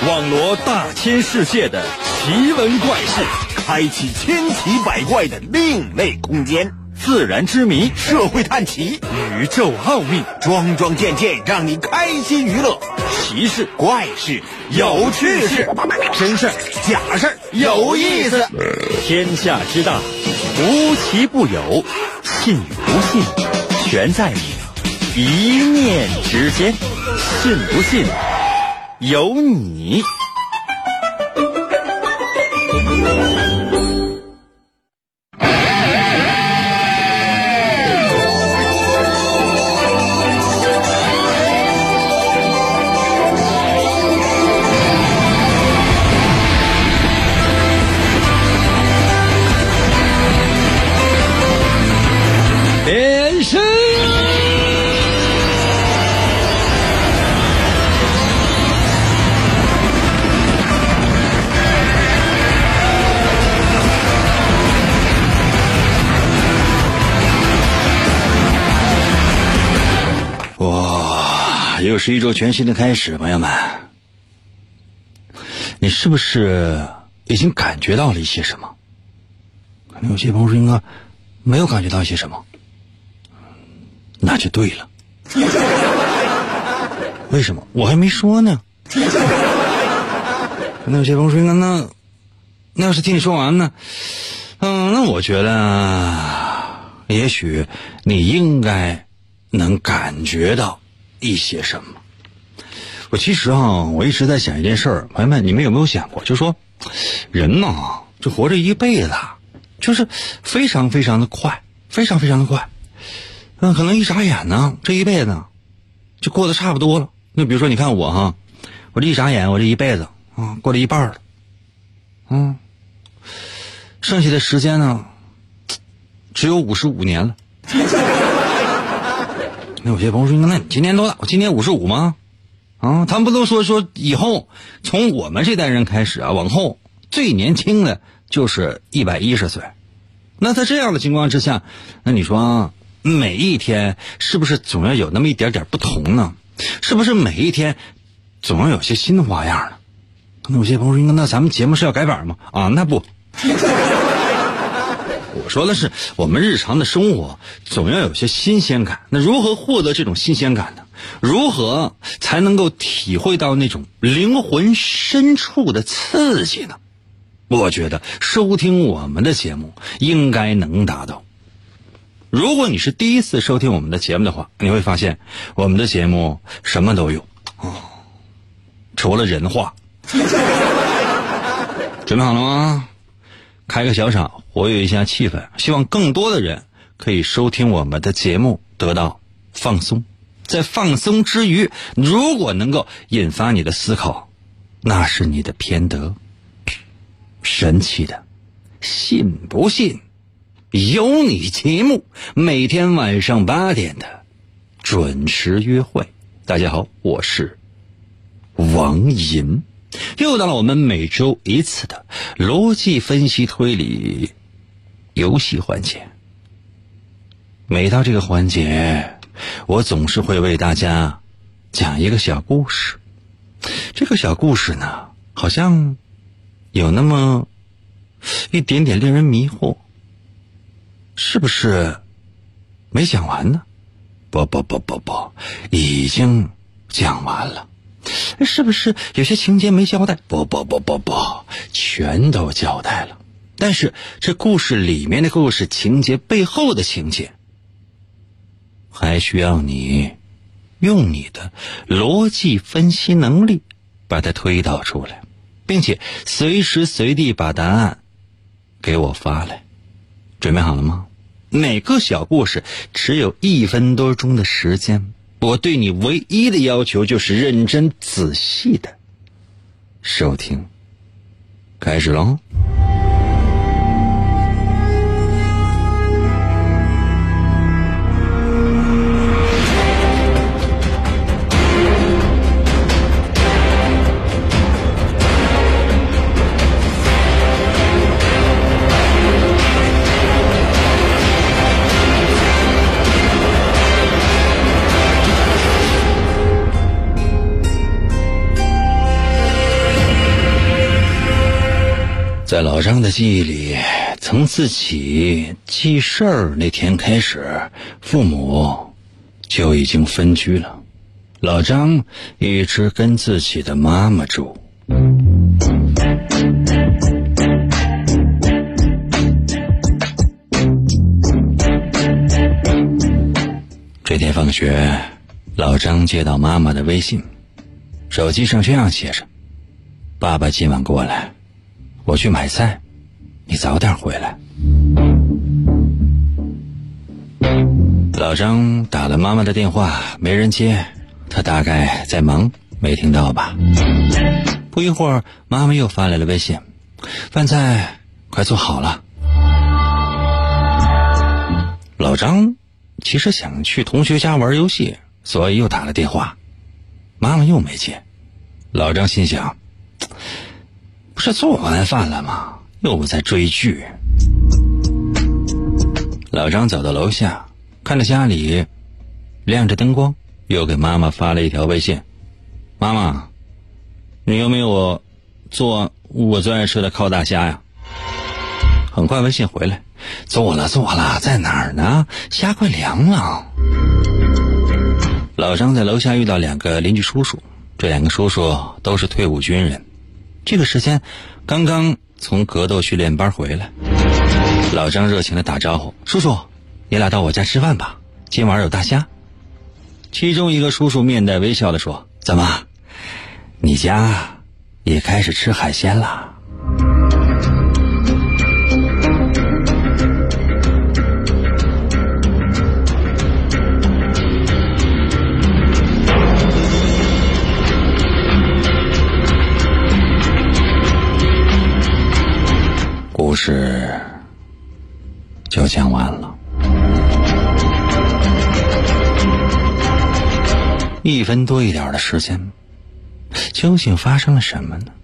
网罗大千世界的奇闻怪事，开启千奇百怪的另类空间，自然之谜， 社会探奇， 宇宙奥秘， 桩桩件件让你开心娱乐， 奇事怪事有趣事，真事假事有意思。 天下之大，无奇不有，信与不信全在你一念之间，信不信由你。 变身哇，又是一周全新的开始，朋友们，你是不是已经感觉到了一些什么？可能有些朋友说应该没有感觉到一些什么，那就对了。为什么？我还没说呢。那有些朋友说应该那要是听你说完呢，那我觉得也许你应该能感觉到一些什么。我其实我一直在想一件事儿，朋友们，你们有没有想过，就是说人呢，就活着一辈子，就是非常非常的快，非常非常的快。可能一眨眼呢，这一辈子就过得差不多了。那比如说你看我我这一眨眼，我这一辈子过了一半了。剩下的时间呢只有55年了。那有些朋友说，那你今年多大？我今年55吗？他们不都说以后从我们这代人开始往后最年轻的就是110岁。那在这样的情况之下，那你说每一天是不是总要有那么一点点不同呢？是不是每一天总要有些新花样呢？那有些朋友说，那咱们节目是要改版吗？那不。我说的是我们日常的生活总要有些新鲜感。那如何获得这种新鲜感呢？如何才能够体会到那种灵魂深处的刺激呢？我觉得收听我们的节目应该能达到。如果你是第一次收听我们的节目的话，你会发现我们的节目什么都有除了人话。准备好了吗？开个小场，活跃一下气氛，希望更多的人可以收听我们的节目，得到放松。在放松之余，如果能够引发你的思考，那是你的偏德。神奇的，信不信有你节目，每天晚上8点的准时约会。大家好，我是王银，又到了我们每周一次的逻辑分析推理游戏环节。每到这个环节，我总是会为大家讲一个小故事。这个小故事呢，好像有那么一点点令人迷惑，是不是没讲完呢？不，已经讲完了。是不是有些情节没交代？不，全都交代了。但是这故事里面的故事情节背后的情节，还需要你用你的逻辑分析能力把它推导出来，并且随时随地把答案给我发来。准备好了吗？每个小故事只有1分多钟的时间，我对你唯一的要求就是认真仔细的收听。开始喽。 在老张的记忆里，从自己记事儿那天开始，父母就已经分居了。老张一直跟自己的妈妈住。这天放学，老张接到妈妈的微信，手机上这样写着：爸爸今晚过来，我去买菜，你早点回来。老张打了妈妈的电话，没人接，他大概在忙，没听到吧。不一会儿，妈妈又发来了微信：饭菜快做好了。老张其实想去同学家玩游戏，所以又打了电话，妈妈又没接。老张心想，不是做完饭了吗？又在追剧。老张走到楼下，看着家里亮着灯光，又给妈妈发了一条微信：妈妈，你有没有做我最爱吃的烤大虾呀？很快微信回来：做了，在哪儿呢？虾快凉了。老张在楼下遇到2个邻居叔叔，这2个叔叔都是退伍军人，这个时间刚刚从格斗训练班回来。老张热情地打招呼：叔叔，你俩到我家吃饭吧，今晚有大虾。其中一个叔叔面带微笑地说：怎么，你家也开始吃海鲜了？故事就讲完了。1分多一点的时间，究竟发生了什么呢？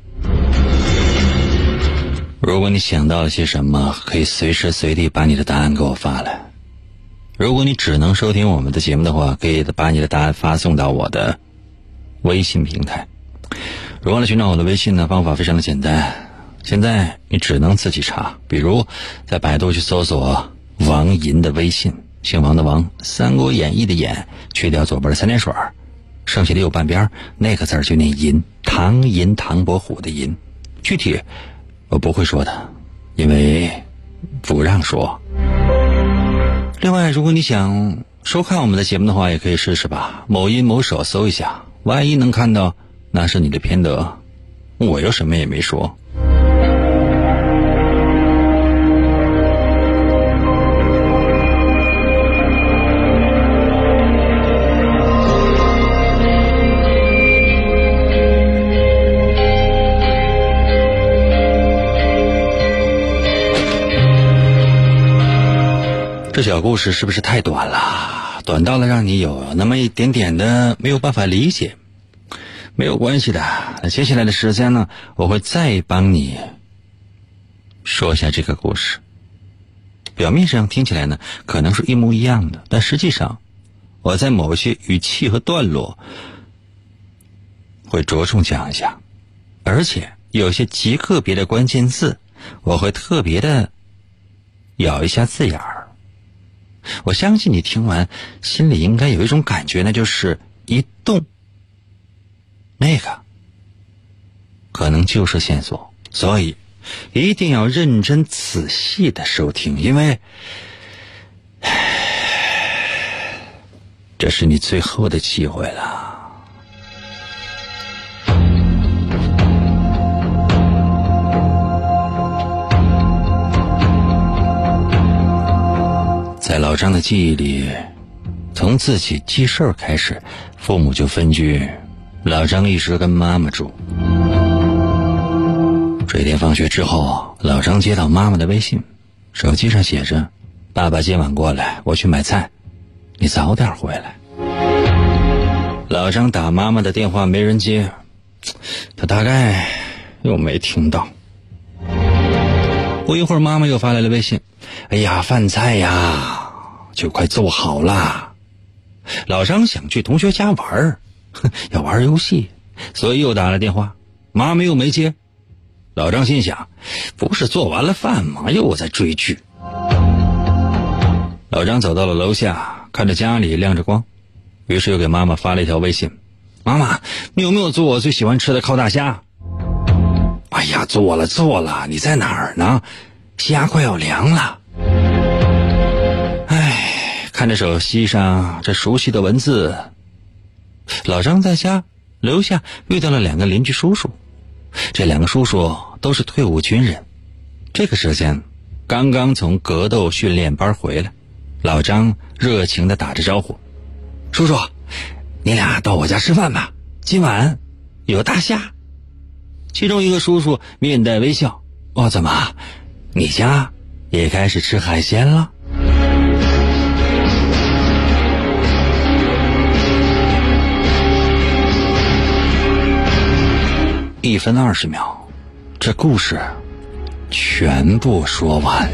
如果你想到了些什么，可以随时随地把你的答案给我发来。如果你只能收听我们的节目的话，可以把你的答案发送到我的微信平台。如何来寻找我的微信呢？方法非常的简单，现在你只能自己查，比如在百度去搜索王银的微信，姓王的王，三国演义的演，去掉左边的3点水，剩下的右半边那个字就念银，唐银唐伯虎的银，具体我不会说的，因为不让说。另外，如果你想收看我们的节目的话，也可以试试吧，某音某手搜一下，万一能看到，那是你的偏得，我又什么也没说。这小故事是不是太短了？短到了让你有那么一点点的没有办法理解。没有关系的，那接下来的时间呢，我会再帮你说一下这个故事。表面上听起来呢，可能是一模一样的，但实际上我在某些语气和段落会着重讲一下，而且有些极个别的关键字我会特别的咬一下字眼儿。我相信你听完心里应该有一种感觉，那就是一动，那个可能就是线索，所以一定要认真仔细的收听，因为这是你最后的机会了。在老张的记忆里，从自己记事儿开始，父母就分居，老张一直跟妈妈住。这天放学之后，老张接到妈妈的微信，手机上写着：爸爸今晚过来，我去买菜，你早点回来。老张打妈妈的电话没人接，他大概又没听到。不一会儿，妈妈又发来了微信：哎呀，饭菜呀就快做好了。老张想去同学家玩，要玩游戏，所以又打了电话，妈妈又没接。 老张心想，不是做完了饭吗？又在追剧。老张走到了楼下，看着家里亮着光，于是又给妈妈发了一条微信：妈妈，你有没有做我最喜欢吃的烤大虾？哎呀，做了，你在哪儿呢？虾快要凉了。哎，看着手机上这熟悉的文字，老张在家楼下遇到了2个邻居叔叔，这2个叔叔都是退伍军人，这个时间刚刚从格斗训练班回来。老张热情地打着招呼：叔叔，你俩到我家吃饭吧，今晚有大虾。其中一个叔叔面带微笑：哦，怎么你家也开始吃海鲜了？1分20秒，这故事全部说完。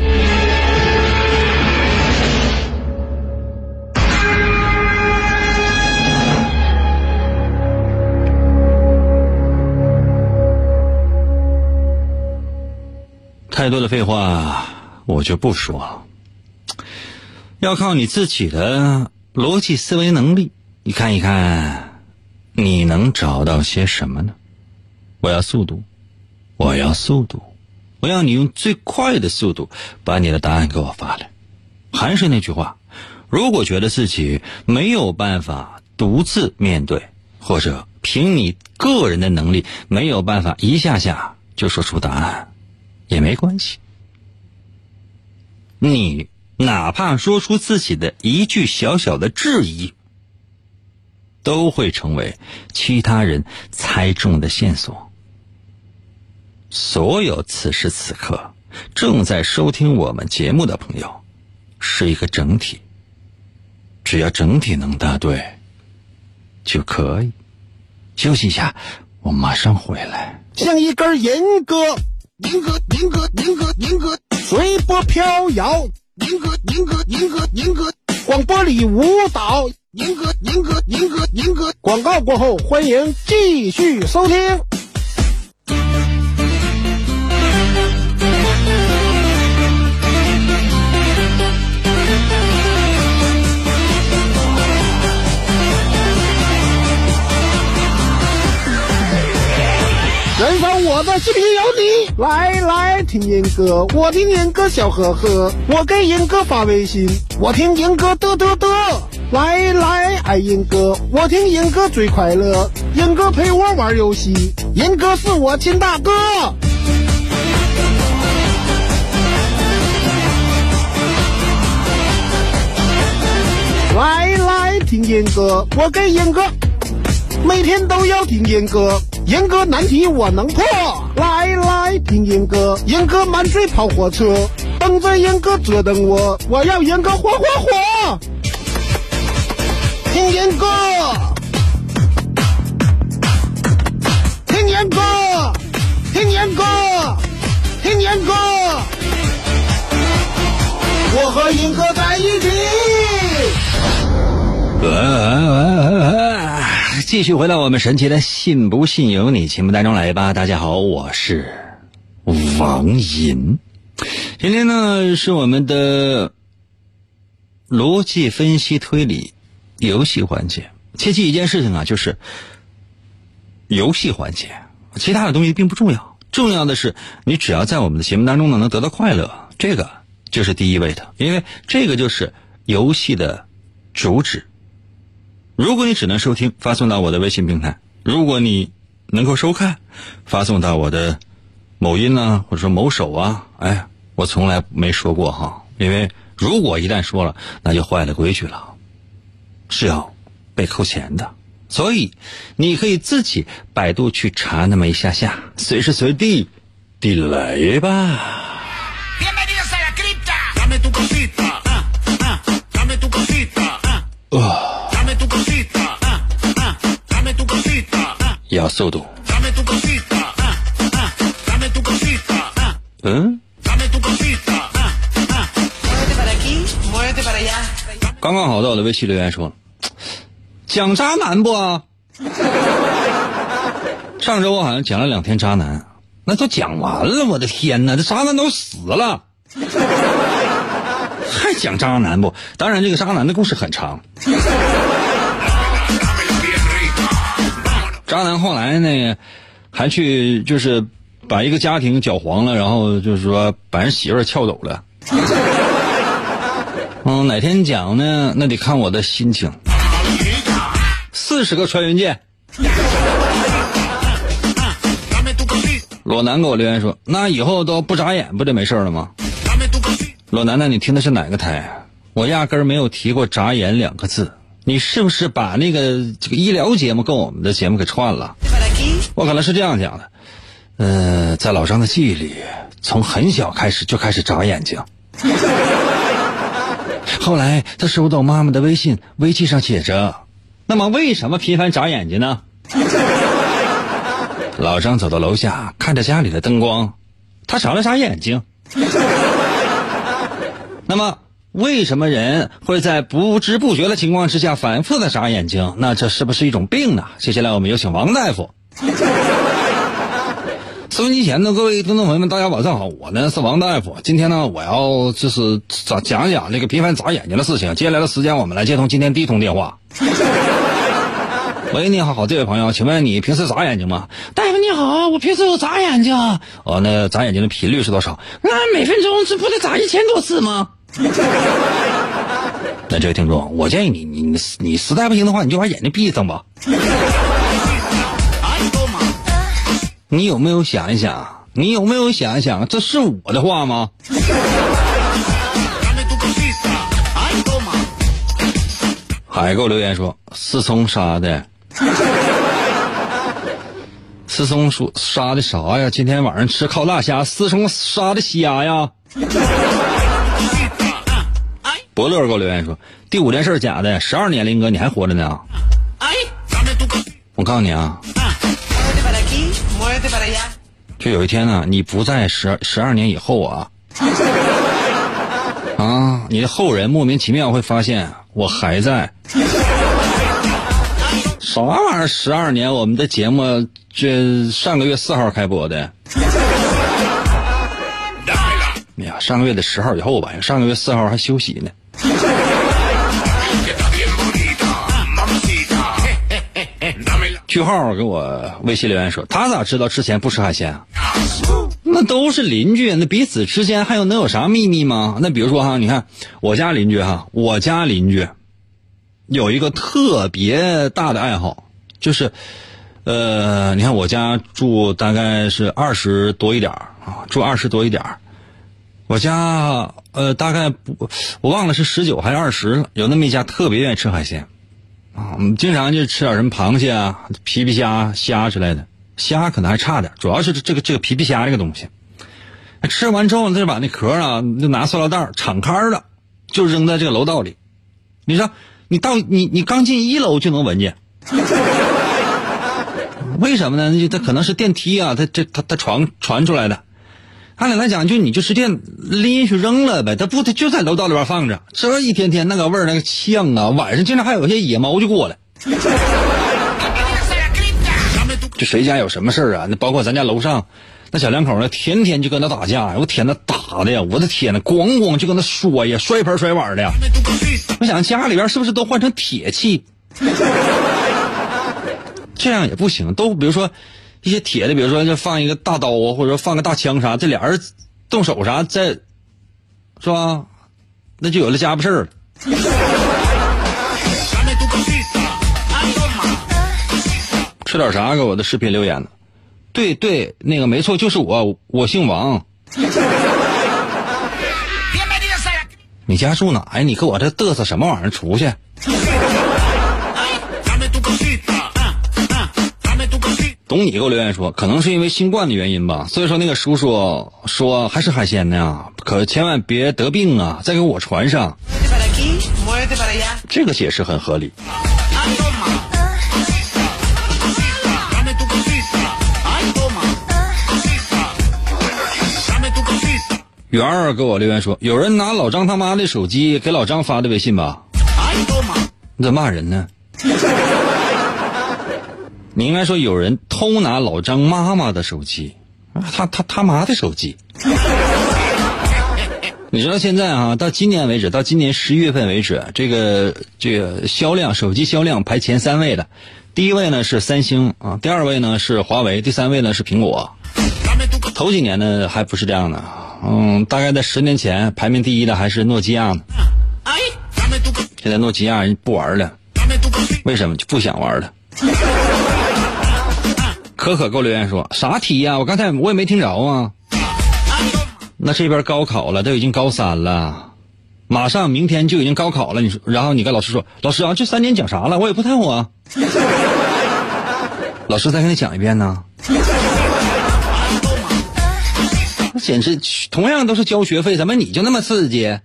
太多的废话我就不说了，要靠你自己的逻辑思维能力，你看一看你能找到些什么呢？我要速度，我要你用最快的速度把你的答案给我发来。还是那句话，如果觉得自己没有办法独自面对，或者凭你个人的能力没有办法一下下就说出答案，也没关系，你哪怕说出自己的一句小小的质疑，都会成为其他人猜中的线索。所有此时此刻正在收听我们节目的朋友是一个整体，只要整体能答对就可以。休息一下，我马上回来。 像一根银鸽，随波飘摇，银鸽，广播里舞蹈，银鸽。广告过后，欢迎继续收听。燃烧我的视频有你，来听银歌，我听银歌笑呵呵，我给银歌发微信，我听银歌嘚，来爱银歌，我听银歌最快乐，银歌陪我玩游戏，银歌是我亲大哥。来听银歌，我给银歌每天都要听银歌，银歌难题我能破。来听银歌，银歌满嘴跑火车，等着银歌折腾我，我要银歌火。听银歌，听银歌，听银歌，听银歌，我和银歌在一起。 继续回到我们神奇的信不信由你节目当中来吧。大家好，我是王银。今天呢是我们的逻辑分析推理游戏环节。切记一件事情啊，就是游戏环节，其他的东西并不重要，重要的是你只要在我们的节目当中呢能得到快乐，这个就是第一位的，因为这个就是游戏的主旨。如果你只能收听，发送到我的微信平台；如果你能够收看，发送到我的某音啊，或者说某手啊。我从来没说过哈，因为如果一旦说了，那就坏了规矩了，是要被扣钱的。所以你可以自己百度去查那么一下下，随时随地地来吧。要速度。刚刚好到我的微信留言说，讲渣男不？上周我好像讲了2天渣男， 那都讲完了，我的天哪，这渣男都死了，还讲渣男不？当然，这个渣男的故事很长。渣男后来呢，还去就是把一个家庭搅黄了，然后就是说把人媳妇儿撬走了。哪天讲呢？那得看我的心情。40个穿云箭。裸男给我留言说，那以后都不眨眼不就没事了吗？裸男呢，你听的是哪个台？我压根儿没有提过眨眼2个字，你是不是把这个医疗节目跟我们的节目给串了？我可能是这样讲的，在老张的记忆里，从很小开始就开始眨眼睛。后来他收到妈妈的微信，微信上写着，那么为什么频繁眨眼睛呢？老张走到楼下，看着家里的灯光，他眨了眨眼睛。那么为什么人会在不知不觉的情况之下反复的眨眼睛？那这是不是一种病呢？接下来我们有请王大夫。收音机前的各位听众朋友们，大家晚上好，我呢是王大夫。今天呢，我要就是讲讲这个频繁眨眼睛的事情。接下来的时间，我们来接通今天第一通电话。喂，你好，这位朋友，请问你平时眨眼睛吗？大夫你好，我平时有眨眼睛。那眨眼睛的频率是多少？那每分钟是不得眨1000多次吗？那这位听众，我建议你实在不行的话，你就把眼睛闭上吧。你有没有想一想？这是我的话吗？海给我留言说，思聪杀的。思聪说杀的啥呀？今天晚上吃烤大虾，思聪杀的虾呀。伯乐给我留言说，第5件事假的，12年林哥你还活着呢。我告诉你啊，就有一天呢，你不在12年以后啊，你的后人莫名其妙会发现我还在。啥玩意儿？12年，我们的节目这上个月4号开播的。哎呀，上个月的10号以后吧，上个月4号还休息呢。句号给我微信留言说，他咋知道之前不吃海鲜啊？那都是邻居，那彼此之间还有能有啥秘密吗？那比如说哈，你看我家邻居有一个特别大的爱好，就是你看我家住大概是20多一点啊，住20多一点。我家大概我忘了是19还是20了，有那么一家特别愿意吃海鲜啊，我们经常就吃点什么螃蟹啊、皮皮虾、虾之类的。虾可能还差点，主要是这个皮皮虾这个东西。吃完之后，他就把那壳啊，就拿塑料袋敞开了，就扔在这个楼道里。你说你刚进1楼就能闻见，为什么呢？它可能是电梯啊，它传出来的。按理来讲，你就直接拎去扔了呗，它就在楼道里边放着，这一天天那个味儿那个呛啊，晚上经常还有一些野猫就过来。就谁家有什么事儿啊？那包括咱家楼上那小两口呢，天天就跟他打架呀！我天，那打的呀！我的天呐，咣咣就跟他摔呀，摔盆摔碗的呀！我想家里边是不是都换成铁器？这样也不行，都比如说一些铁的，比如说就放一个大刀啊，或者说放个大枪啥，这俩人动手啥，是吧？那就有了家不事儿了。吃点啥？给我的视频留言呢？对，那个没错，就是我姓王。你家住哪呀？你给我这嘚瑟什么玩意儿？出去！懂你给我留言说，可能是因为新冠的原因吧，所以说那个叔叔说还是海鲜呢，可千万别得病啊，再给我传上。这个解释很合理。元儿给我留言说，有人拿老张他妈的手机给老张发的微信吧？你怎么骂人呢？你应该说有人偷拿老张妈妈的手机， 他妈的手机。你知道现在啊，到今年为止，到今年11月份为止，这个销量，手机销量排前3位的，第1位呢是三星啊，第2位呢是华为，第3位呢是苹果。头几年呢还不是这样的，大概在10年前排名第1的还是诺基亚呢。现在诺基亚人不玩了，为什么？就不想玩了。可给我留言说啥题呀？我刚才我也没听着啊。那这边高考了，都已经高3了，马上明天就已经高考了。你说，然后你跟老师说，老师啊，这3年讲啥了？我也不太懂啊。老师再跟你讲一遍呢。简直同样都是交学费，怎么你就那么刺激？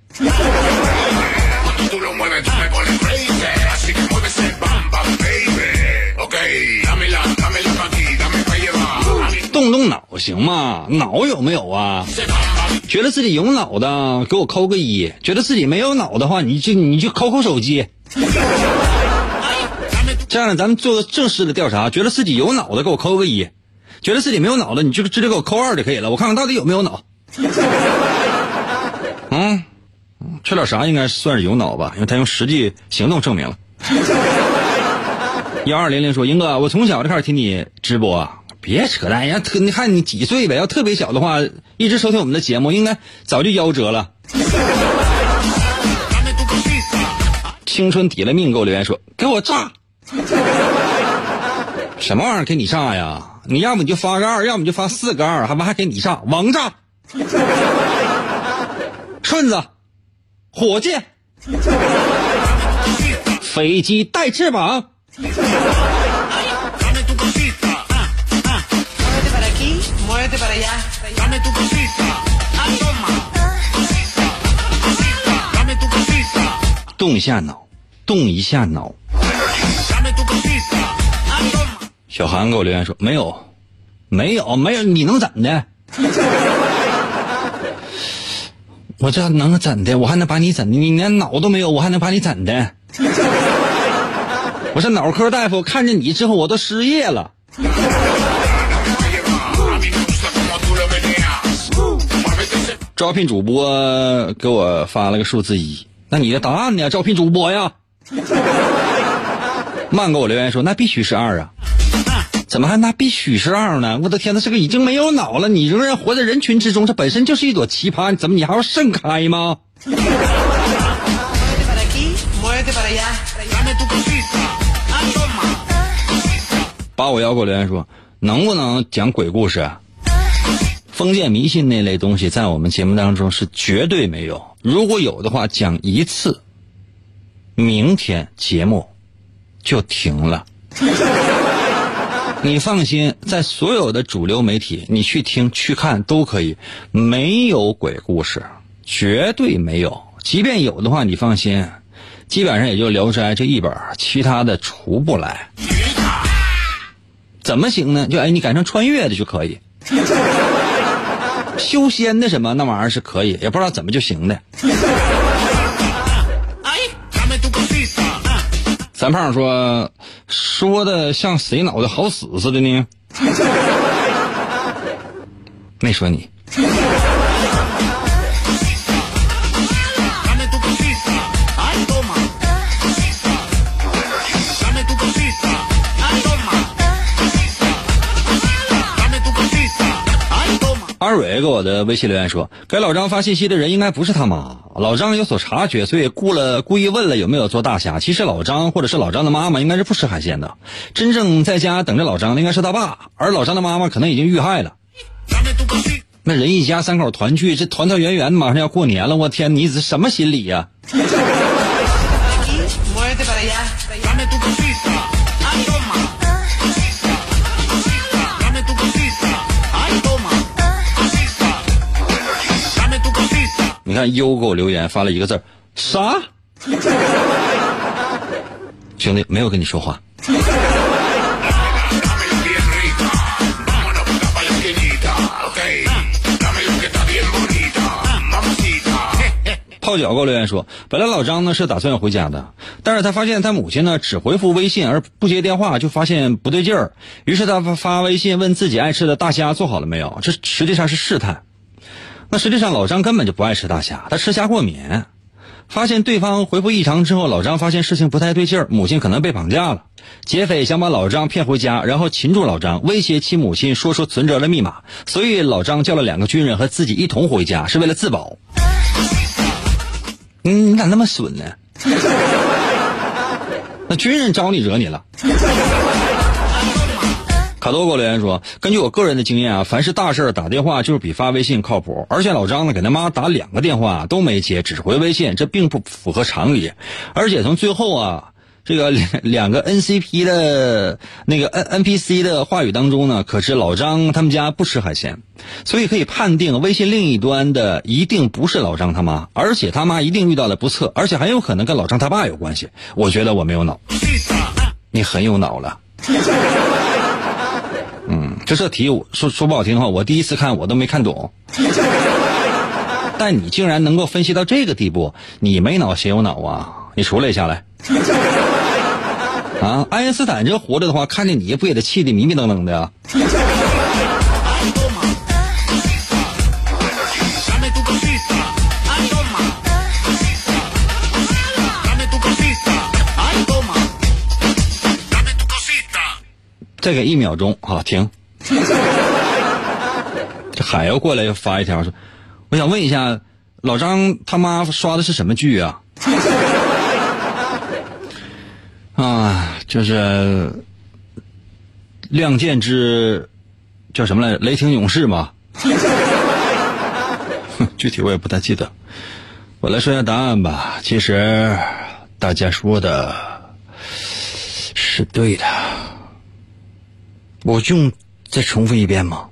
动脑行吗？脑有没有啊？觉得自己有脑的给我扣个1，觉得自己没有脑的话你就扣手机。这样咱们做个正式的调查，觉得自己有脑的给我扣个1，觉得自己没有脑的你就直接给我扣2就可以了，我看看到底有没有脑。缺点啥应该算是有脑吧，因为他用实际行动证明了。1200说，英哥，我从小就开始听你直播。别扯淡呀，你看你几岁呗？要特别小的话，一直收听我们的节目，应该早就夭折了。青春抵了命给我留言说，给我炸！什么玩意儿给你炸呀？你要不你就发个2，要么你就发4个2，还给你炸，王炸！顺子，火箭，飞机带翅膀。动一下脑，动一下脑。小韩给我留言说，没有，你能怎的？我这能怎的？我还能把你怎的？你连脑都没有，我还能把你怎的？我是脑科大夫，看见你之后我都失业了。招聘主播给我发了个数字1，那你的答案呢？招聘主播呀。慢给我留言说，那必须是2啊。怎么还那必须是2呢？我的天，他这个已经没有脑了，你仍然活在人群之中，这本身就是一朵奇葩，怎么你还要盛开吗？851给我留言说，能不能讲鬼故事啊？封建迷信那类东西在我们节目当中是绝对没有，如果有的话讲1次，明天节目就停了。你放心，在所有的主流媒体你去听去看都可以，没有鬼故事，绝对没有。即便有的话你放心，基本上也就聊斋这一本，其他的出不来。怎么行呢？就你改成穿越的就可以。修仙的什么那玩意儿是可以，也不知道怎么就行的。三胖说的像谁脑袋好死似的呢？没说你。阿蕊给我的微信留言说，给老张发信息的人应该不是他妈，老张有所察觉，所以故意问了有没有做大虾。其实老张或者是老张的妈妈应该是不吃海鲜的，真正在家等着老张的应该是他爸，而老张的妈妈可能已经遇害了。那人一家3口团聚，这团团圆圆马上要过年了，我天，你什么心理呀？你看优给我留言发了一个字，啥？兄弟，没有跟你说话。 泡脚给我留言说，本来老张呢是打算要回家的，但是他发现他母亲呢只回复微信而不接电话，就发现不对劲儿，于是他发微信问自己爱吃的大虾做好了没有，这实际上是试探。那实际上老张根本就不爱吃大虾，他吃虾过敏。发现对方回复异常之后，老张发现事情不太对劲儿，母亲可能被绑架了。劫匪想把老张骗回家，然后擒住老张，威胁其母亲说出存折的密码，所以老张叫了2个军人和自己一同回家，是为了自保。你咋那么损呢？那军人招你惹你了？卡多给我留言说，根据我个人的经验啊，凡是大事打电话就是比发微信靠谱，而且老张呢给他妈打2个电话都没接，只回微信，这并不符合常理。而且从最后啊这个2个 NCP 的那个 NPC 的话语当中呢，可知老张他们家不吃海鲜，所以可以判定微信另一端的一定不是老张他妈，而且他妈一定遇到了不测，而且很有可能跟老张他爸有关系。我觉得我没有脑，你很有脑了。这题我说不好听的话，我第一次看我都没看懂。但你竟然能够分析到这个地步，你没脑谁有脑啊？你出来下来。啊，爱因斯坦这活着的话，看见你不也得气得迷迷瞪瞪的呀？再给1秒钟，好停。这海又过来又发一条说，我想问一下，老张他妈刷的是什么剧啊？啊，就是亮剑之叫什么来着？雷霆勇士吗？具体我也不太记得。我来说一下答案吧。其实大家说的是对的。我用再重复一遍吗？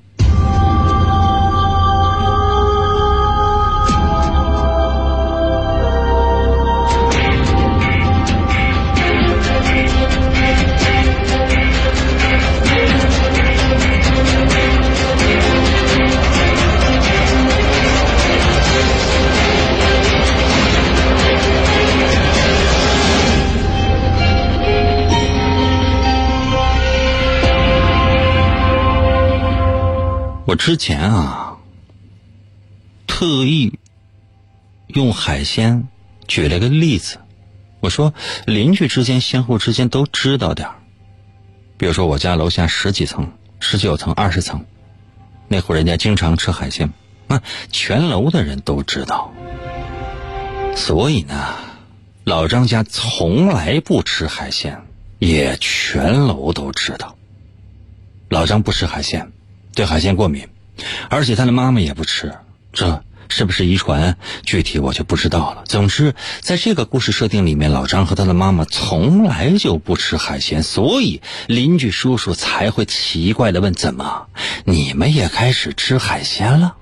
我之前啊特意用海鲜举了个例子，我说邻居之间相互之间都知道点儿，比如说我家楼下10几层19层20层那户人家经常吃海鲜，全楼的人都知道。所以呢老张家从来不吃海鲜，也全楼都知道。老张不吃海鲜，对海鲜过敏，而且他的妈妈也不吃，这是不是遗传具体我就不知道了。总之在这个故事设定里面，老张和他的妈妈从来就不吃海鲜，所以邻居叔叔才会奇怪地问，怎么你们也开始吃海鲜了？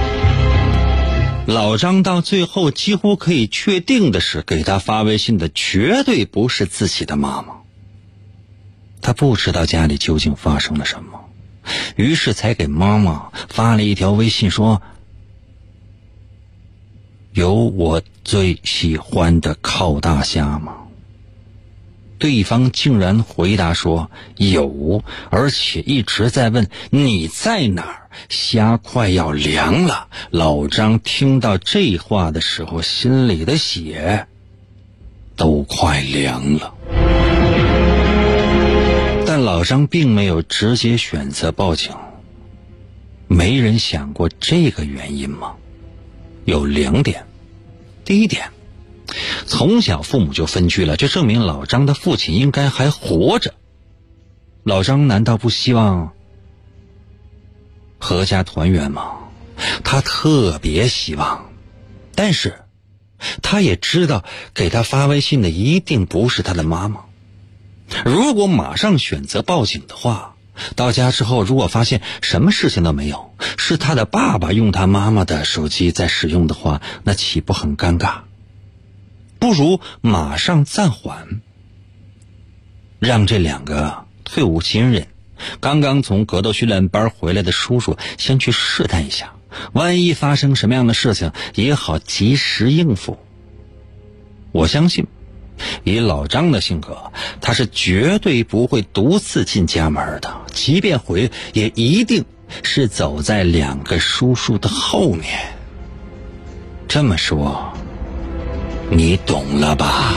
老张到最后几乎可以确定的是，给他发微信的绝对不是自己的妈妈，他不知道家里究竟发生了什么，于是才给妈妈发了一条微信说，有我最喜欢的烤大虾吗？对方竟然回答说有，而且一直在问你在哪儿，虾快要凉了。老张听到这话的时候，心里的血都快凉了。但老张并没有直接选择报警，没人想过这个原因吗？有2点。第一点，从小父母就分居了，这证明老张的父亲应该还活着。老张难道不希望阖家团圆吗？他特别希望，但是他也知道给他发微信的一定不是他的妈妈。如果马上选择报警的话，到家之后如果发现什么事情都没有，是他的爸爸用他妈妈的手机在使用的话，那岂不很尴尬？不如马上暂缓，让这2个退伍军人，刚刚从格斗训练班回来的叔叔先去试探一下， 万一发生什么样的事情也好及时应付。我相信以老张的性格，他是绝对不会独自进家门的，即便回也一定是走在两个叔叔的后面。这么说你懂了吧？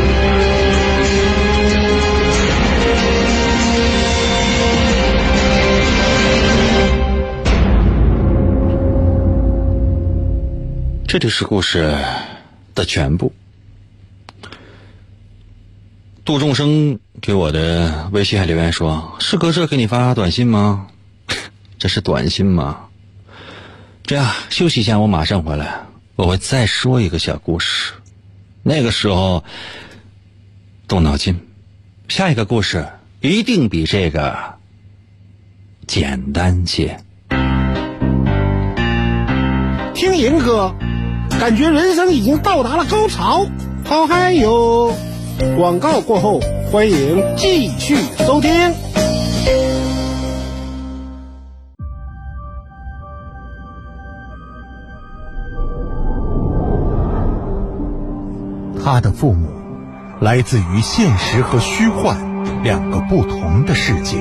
这就是故事的全部。杜仲生给我的微信还留言说，是搁这给你发短信吗？这是短信吗？这样休息一下，我马上回来，我会再说一个小故事，那个时候动脑筋，下一个故事一定比这个简单些。 听银哥，感觉人生已经到达了高潮，好嗨哟！广告过后，欢迎继续收听。 他的父母来自于现实和虚幻两个不同的世界。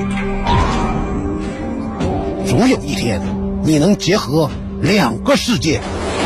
总有一天，你能结合两个世界。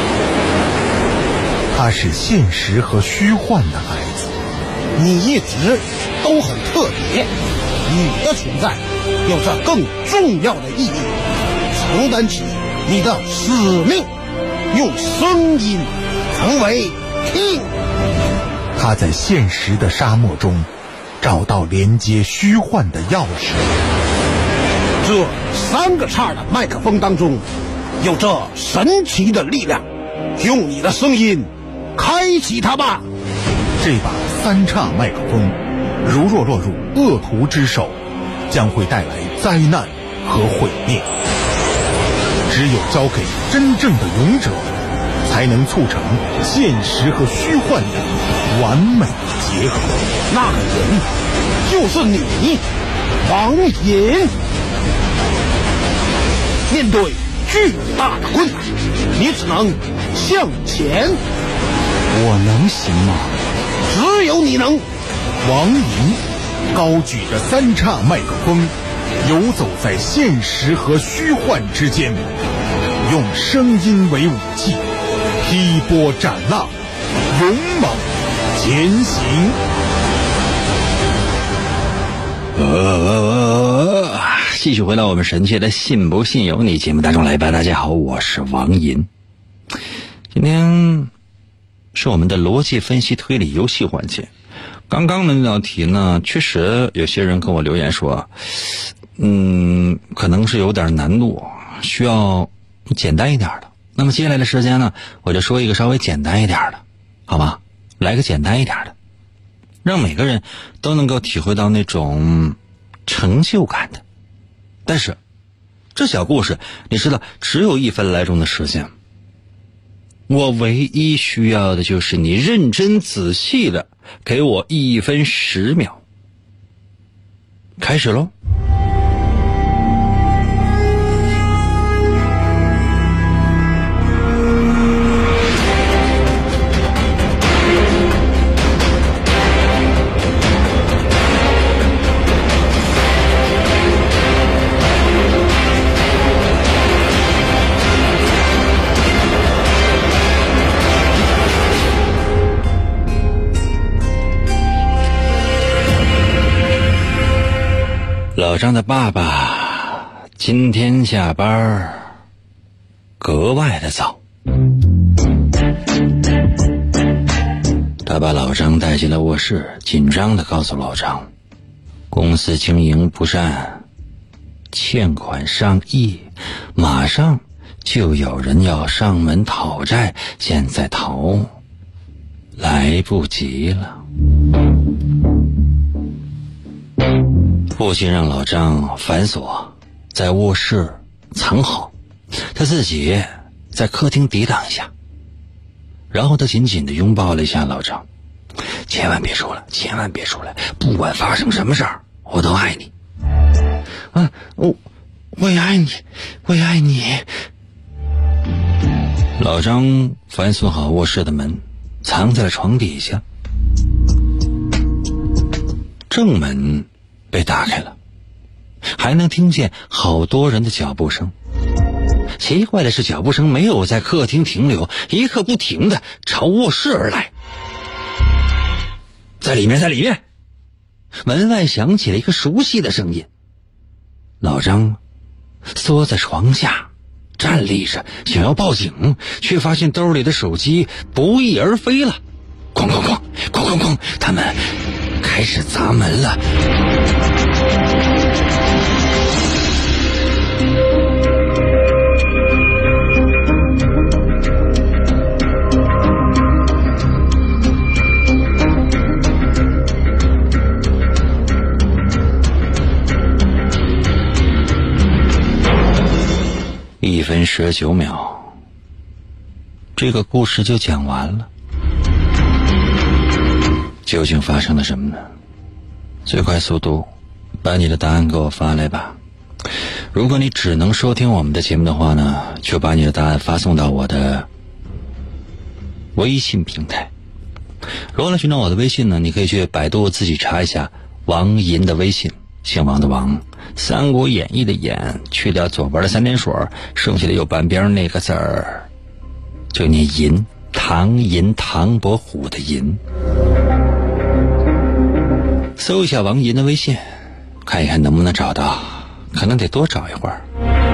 他是现实和虚幻的孩子。 你一直都很特别，你的存在有着更重要的意义，承担起你的使命，用声音成为 King。 他在现实的沙漠中找到连接虚幻的钥匙。 这3个叉的麦克风当中有着神奇的力量，用你的声音开启它吧。 这把3叉麦克风如若落入恶徒之手，将会带来灾难和毁灭。只有交给真正的勇者，才能促成现实和虚幻的完美结合。 那个人就是你，王隐。面对巨大的困难，你只能向前。 我能行吗？ 只有你能。 王隐高举着3叉麦克风，游走在现实和虚幻之间，用声音为武器，劈波斩浪，勇猛前行。 继续回到我们神奇的信不信由你节目当中来吧。大家好，我是王银。今天是我们的逻辑分析推理游戏环节。刚刚的那道题呢，确实有些人跟我留言说可能是有点难度，需要简单一点的。那么接下来的时间呢，我就说一个稍微简单一点的，好吗？来个简单一点的，让每个人都能够体会到那种成就感的。但是这小故事你知道只有1分来钟的时间，我唯一需要的就是你认真仔细的给我1分10秒。开始咯。老张的爸爸今天下班格外的早，他把老张带进了卧室，紧张地告诉老张，公司经营不善，欠款上亿，马上就有人要上门讨债，现在逃来不及了。父亲让老张反锁，在卧室藏好，他自己在客厅抵挡一下，然后他紧紧地拥抱了一下老张，千万别出来，千万别出来，不管发生什么事儿，我都爱你。我也爱你，我也爱你。 老张反锁好卧室的门，藏在了床底下。正门被打开了，还能听见好多人的脚步声。奇怪的是，脚步声没有在客厅停留，一刻不停地朝卧室而来。在里面，门外响起了一个熟悉的声音。老张缩在床下站立着，想要报警，却发现兜里的手机不翼而飞了。哐哐哐哐哐哐，他们开始砸门了。1分19秒，这个故事就讲完了。究竟发生了什么呢？最快速度把你的答案给我发来吧。如果你只能收听我们的节目的话呢，就把你的答案发送到我的微信平台。如何来寻找我的微信呢？你可以去百度自己查一下王银的微信，姓王的王，三国演义的演，去掉左边的3点水，剩下的右半边那个字儿就念银，唐银，唐伯虎的银。搜一下王银的微信，看一看能不能找到，可能得多找一会儿。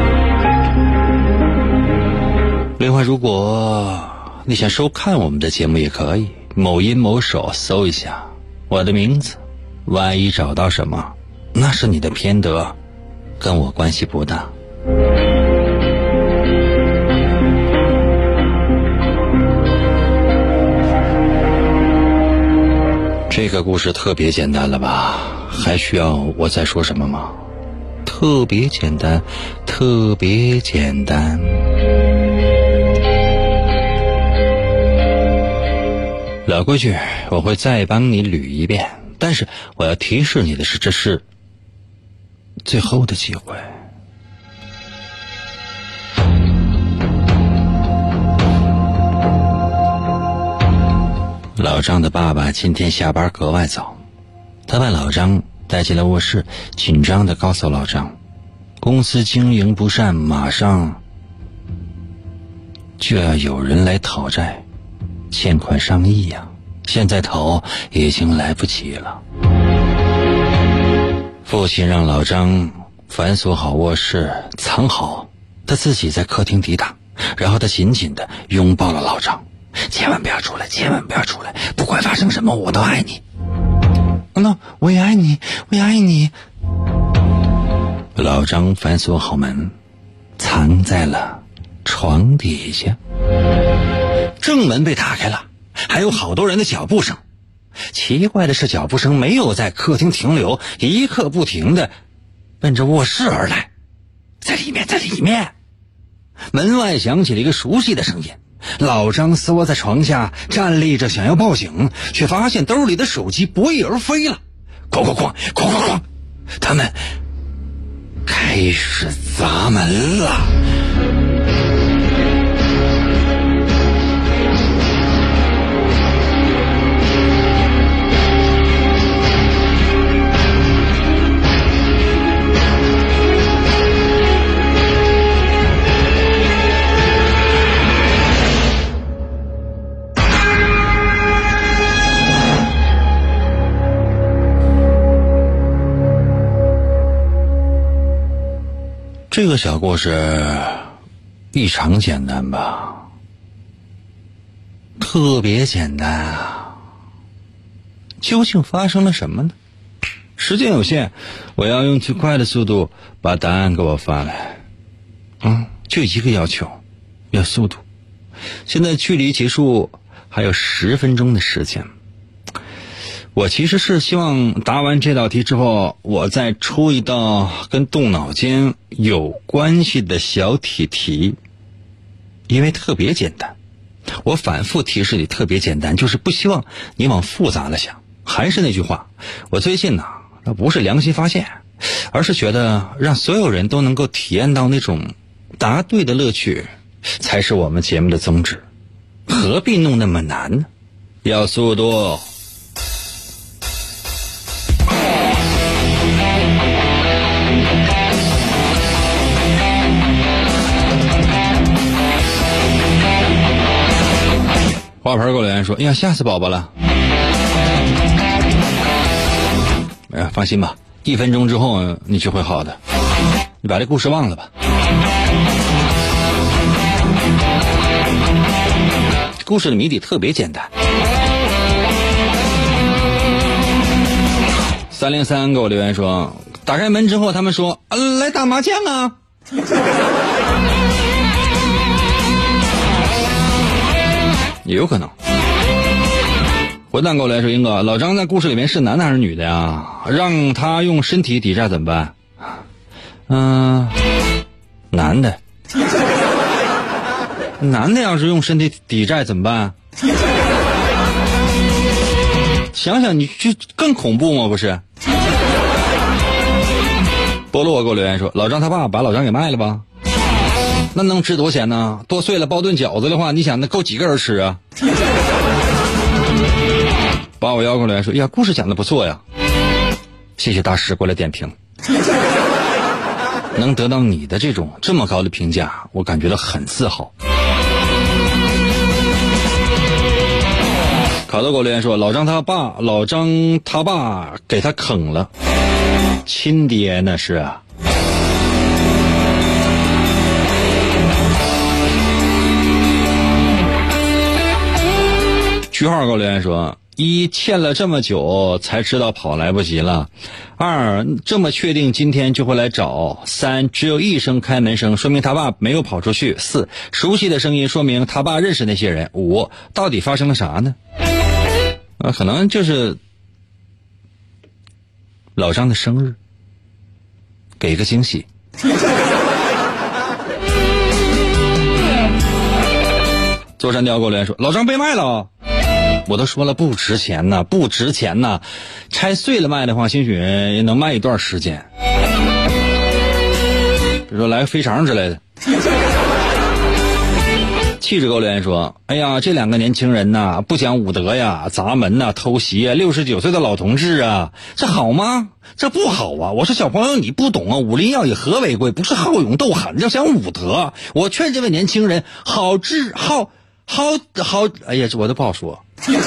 另外，如果你想收看我们的节目也可以，某音某手搜一下我的名字，万一找到什么，那是你的偏得，跟我关系不大。这个故事特别简单了吧？还需要我再说什么吗？特别简单，特别简单。老规矩，我会再帮你捋一遍，但是我要提示你的是，这是最后的机会。老张的爸爸今天下班格外早，他把老张带进了卧室，紧张地告诉老张，公司经营不善，马上就要有人来讨债，欠款上亿呀，现在讨已经来不及了。父亲让老张反锁好卧室，藏好，他自己在客厅抵挡，然后他紧紧地拥抱了老张，千万不要出来，千万不要出来，不管发生什么我都爱你。那我也爱你，我也爱你。老张反锁好门，藏在了床底下。正门被打开了，还有好多人的脚步声。奇怪的是，脚步声没有在客厅停留，一刻不停地奔着卧室而来。在里面，门外响起了一个熟悉的声音。老张缩在床下站立着，想要报警，却发现兜里的手机不翼而飞了。哐哐哐哐哐哐，他们开始砸门了。这个小故事异常简单吧？特别简单啊！究竟发生了什么呢？时间有限，我要用最快的速度把答案给我发来。就一个要求，要速度。现在距离结束还有10分钟的时间。我其实是希望答完这道题之后，我再出一道跟动脑筋有关系的小题题，因为特别简单。我反复提示你特别简单，就是不希望你往复杂了想。还是那句话，我最近呢，那不是良心发现，而是觉得让所有人都能够体验到那种答对的乐趣， 才是我们节目的宗旨，何必弄那么难呢？要速度。花盆给我留言说：“哎呀，吓死宝宝了！”哎呀，放心吧，1分钟之后你就会好的。你把这故事忘了吧。故事的谜底特别简单。303给我留言说：“打开门之后，他们说，来打麻将啊。”也有可能。混蛋给我来说，英哥，老张在故事里面是男的还是女的呀？让他用身体抵债怎么办？男的。男的要是用身体抵债怎么办？想想你就更恐怖吗？不是。菠萝给我留言说，老张他爸把老张给卖了吧？那能值多少钱呢？剁碎了包顿饺子的话，你想那够几个人吃啊？8511过来说，呀，故事讲的不错呀，谢谢大师过来点评。能得到你的这么高的评价，我感觉到很自豪。卡多给我留言说，老张他爸给他坑了，亲爹那是啊。句号给我留言说：1欠了这么久才知道跑来不及了，2这么确定今天就会来找，3只有1声开门声说明他爸没有跑出去，4熟悉的声音说明他爸认识那些人，5到底发生了啥呢？可能就是老张的生日，给一个惊喜。座山雕给我留言说，老张被卖了。我都说了不值钱呐，不值钱呐，拆碎了卖的话，兴许也能卖一段时间。比如说来个肥肠之类的。气质给我留言说，哎呀，这2个年轻人呐，不讲武德呀，砸门呐，偷袭呀，69岁的老同志啊，这好吗？这不好啊！我说小朋友，你不懂啊，武林要以和为贵，不是好勇斗狠，要讲武德。我劝这位年轻人好，哎呀，这我都不好说。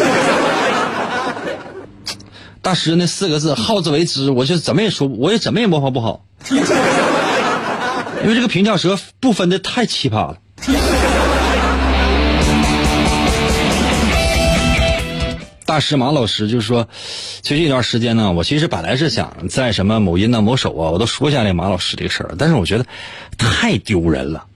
大师那4个字好自为之，我就怎么也说，我也怎么也模仿不好，因为这个平翘舌不分的太奇葩了。大师马老师就说，最近一段时间呢，我其实本来是想在什么某音啊、某手啊，我都说一下那马老师这个事儿，但是我觉得太丢人了。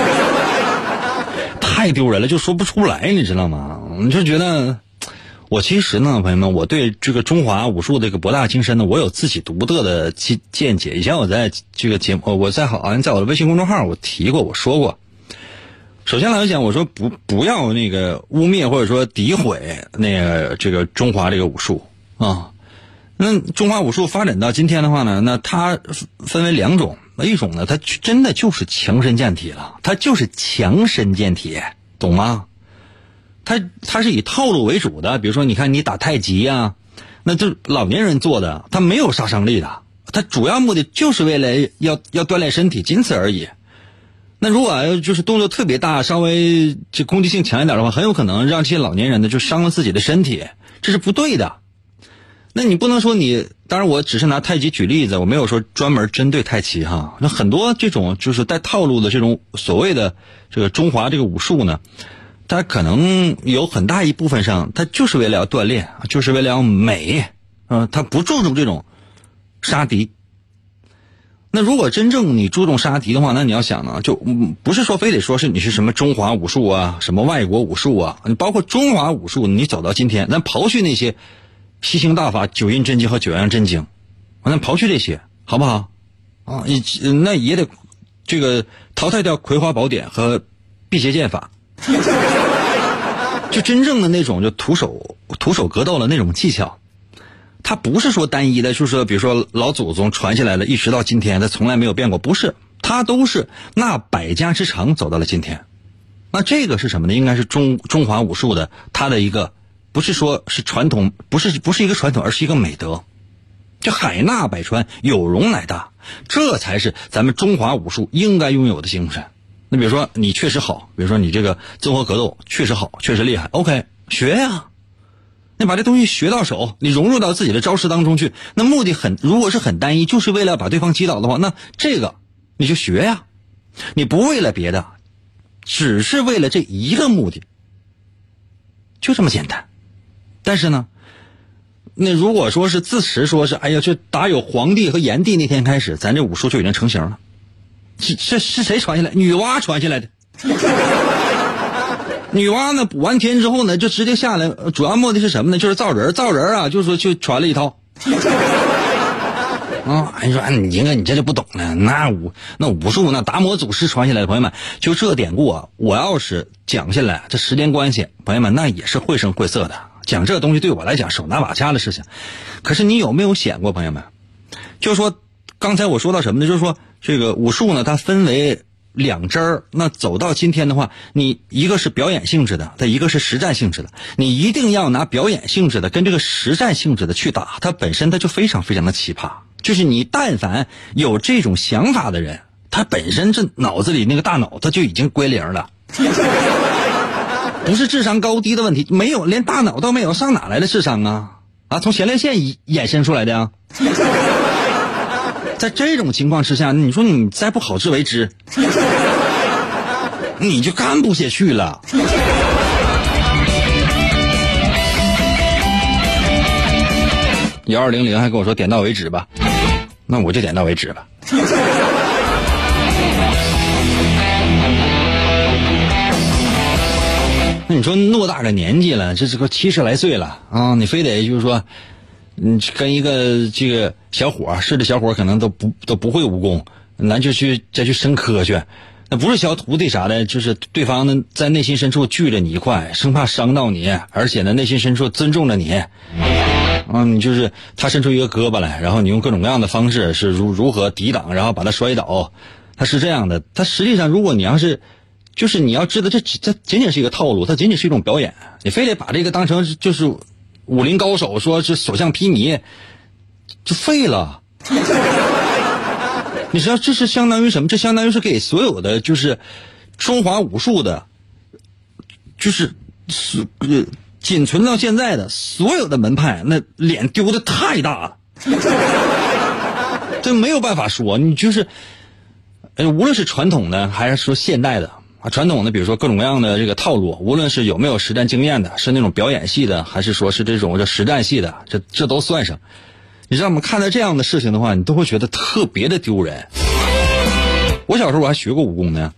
太丢人了，就说不出来，你知道吗？你就觉得，我其实呢，朋友们，我对这个中华武术这个博大精深呢，我有自己独特的见解。以前我在这个节目，我好像在我的微信公众号我提过，我说过。首先来讲，我说不要那个污蔑或者说诋毁那个这个中华这个武术啊。那中华武术发展到今天的话呢，那它分为2种。一种呢，它真的就是强身健体了，它就是强身健体，懂吗？它是以套路为主的，比如说你看你打太极啊，那就老年人做的，它没有杀伤力的，它主要目的就是为了要锻炼身体，仅此而已。那如果就是动作特别大，稍微这攻击性强一点的话，很有可能让这些老年人呢就伤了自己的身体，这是不对的。那你不能说当然我只是拿太极举例子，我没有说专门针对太极哈。那很多这种就是带套路的这种所谓的这个中华这个武术呢，它可能有很大一部分上，它就是为了要锻炼，就是为了要美，它不注重这种杀敌。那如果真正你注重杀敌的话，那你要想呢，就不是说非得说是你是什么中华武术啊，什么外国武术啊，你包括中华武术，你走到今天，咱刨去那些吸星大法、九阴真经和九阳真经，那刨去这些，好不好？啊，那也得这个淘汰掉葵花宝典和辟邪剑法，就真正的那种就徒手格斗的那种技巧。它不是说单一的，就是说比如说老祖宗传下来的，一直到今天它从来没有变过，不是，它都是那百家之长走到了今天。 那这个是什么呢？应该是中华武术的它的一个，不是说是传统，不是一个传统，而是一个美德。这海纳百川，有容乃大，这才是咱们中华武术应该拥有的精神。那比如说你确实好，比如说你这个综合格斗确实好，确实厉害 ，OK， 学呀。你把这东西学到手，你融入到自己的招式当中去，那目的如果是很单一，就是为了把对方击倒的话，那这个你就学呀。你不为了别的，只是为了这一个目的，就这么简单。但是呢，那如果说是自持说是哎呀，就打有黄帝和炎帝那天开始，咱这武术就已经成型了。这是谁传下来？女娲传下来的。女娲呢补完天之后呢，就直接下来，主要目的是什么呢？就是造人啊，就是说就传了一套。啊，你说你应该你这就不懂呢。那武术那达摩祖师传下来的，朋友们，就这典故啊，我要是讲下来，这时间关系，朋友们那也是绘声绘色的。讲这个东西对我来讲手拿把掐的事情。可是你有没有想过，朋友们，就是说刚才我说到什么呢？就是说这个武术呢，它分为两支儿，那走到今天的话，你一个是表演性质的，再一个是实战性质的。你一定要拿表演性质的跟这个实战性质的去打，它本身它就非常非常的奇葩。就是你但凡有这种想法的人，他本身这脑子里那个大脑他就已经归零了。不是智商高低的问题，没有，连大脑都没有，上哪来的智商啊？啊，从前列腺衍生出来的呀。在这种情况之下，你说你再不好自为之，你就干不下去了。1200还跟我说点到为止吧，那我就点到为止吧。那你说偌大个年纪了，这是个70来岁了啊，你非得就是说你跟一个这个小伙是的小伙可能都不会武功，咱就再去深科去，那不是小徒弟啥的，就是对方呢在内心深处聚着你一块，生怕伤到你，而且呢内心深处尊重着你。你就是他伸出一个胳膊来，然后你用各种各样的方式是如何抵挡，然后把他摔倒。他是这样的，他实际上如果你要是就是你要知道这仅仅是一个套路，它仅仅是一种表演，你非得把这个当成就是武林高手，说是所向披靡，就废了。你知道这是相当于什么？这相当于是给所有的就是中华武术的就是仅存到现在的所有的门派，那脸丢的太大了。这没有办法说，你就是无论是传统的还是说现代的啊，传统的比如说各种各样的这个套路，无论是有没有实战经验的，是那种表演系的，还是说是这种实战系的，这都算上。你知道吗？看到这样的事情的话，你都会觉得特别的丢人。我小时候我还学过武功呢。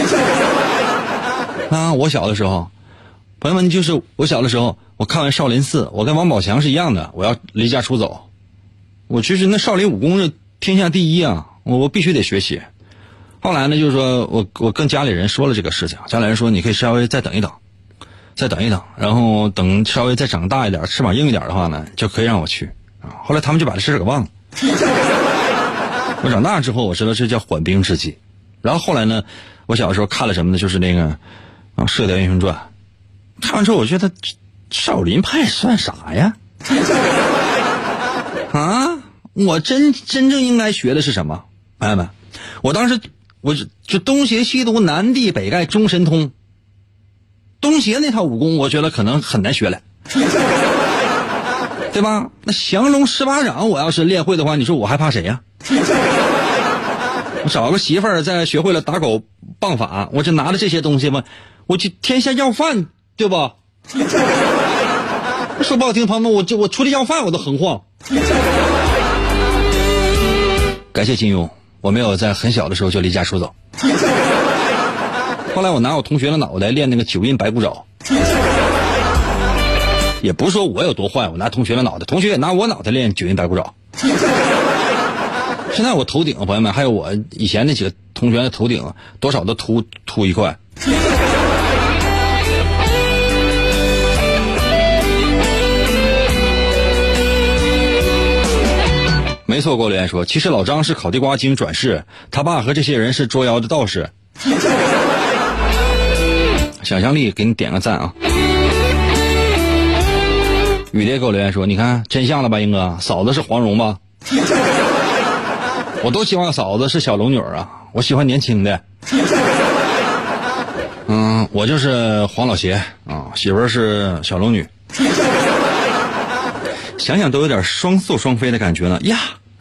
我小的时候，朋友们，就是我小的时候，我看完少林寺，我跟王宝强是一样的，我要离家出走。我就是那少林武功是天下第一啊，我必须得学习。后来呢，就是说我跟家里人说了这个事情，家里人说你可以稍微再等一等，然后等稍微再长大一点，翅膀硬一点的话呢，就可以让我去。后来他们就把这事给忘了。我长大之后，我知道这叫缓兵之计。然后后来呢，我小的时候看了什么呢？就是那个《射雕英雄传》。看完之后，我觉得少林派算啥呀？我真正应该学的是什么？朋友们，我当时我就东邪西毒南帝北丐中神通，东邪那套武功，我觉得可能很难学来。对吧？那降龙18掌我要是练会的话，你说我还怕谁呀？我找个媳妇儿再学会了打狗棒法，我就拿着这些东西嘛，我去天下要饭，对吧？说不好听，朋友们，我出去要饭我都横晃。感谢金庸，我没有在很小的时候就离家出走。后来我拿我同学的脑袋练那个9阴白骨爪。也不是说我有多坏，我拿同学的脑袋，同学也拿我脑袋练9阴白骨爪。现在我头顶，朋友们，还有我以前那几个同学的头顶，多少都秃一块。没错，郭留言说，其实老张是烤地瓜精转世，他爸和这些人是捉妖的道士。 想象力给你点个赞啊。雨蝶给我留言说，你看真像了吧，英哥，嫂子是黄蓉吧？我都希望嫂子是小龙女啊，我喜欢年轻的。我就是黄老邪啊，媳妇儿是小龙女。想想都有点双宿双飞的感觉呢呀。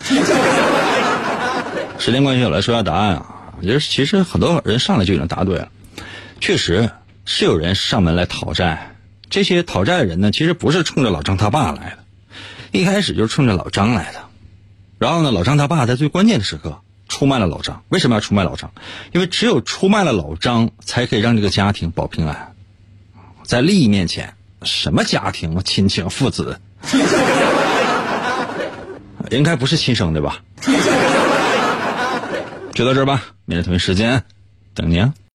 时间关系我来说一下答案啊，其实很多人上来就已经答对了。确实是有人上门来讨债，这些讨债的人呢，其实不是冲着老张他爸来的，一开始就是冲着老张来的。然后呢，老张他爸在最关键的时刻出卖了老张。为什么要出卖老张？因为只有出卖了老张，才可以让这个家庭保平安。在利益面前，什么家庭亲情父子，应该不是亲生的吧？就到这儿吧，明天同一时间等你啊。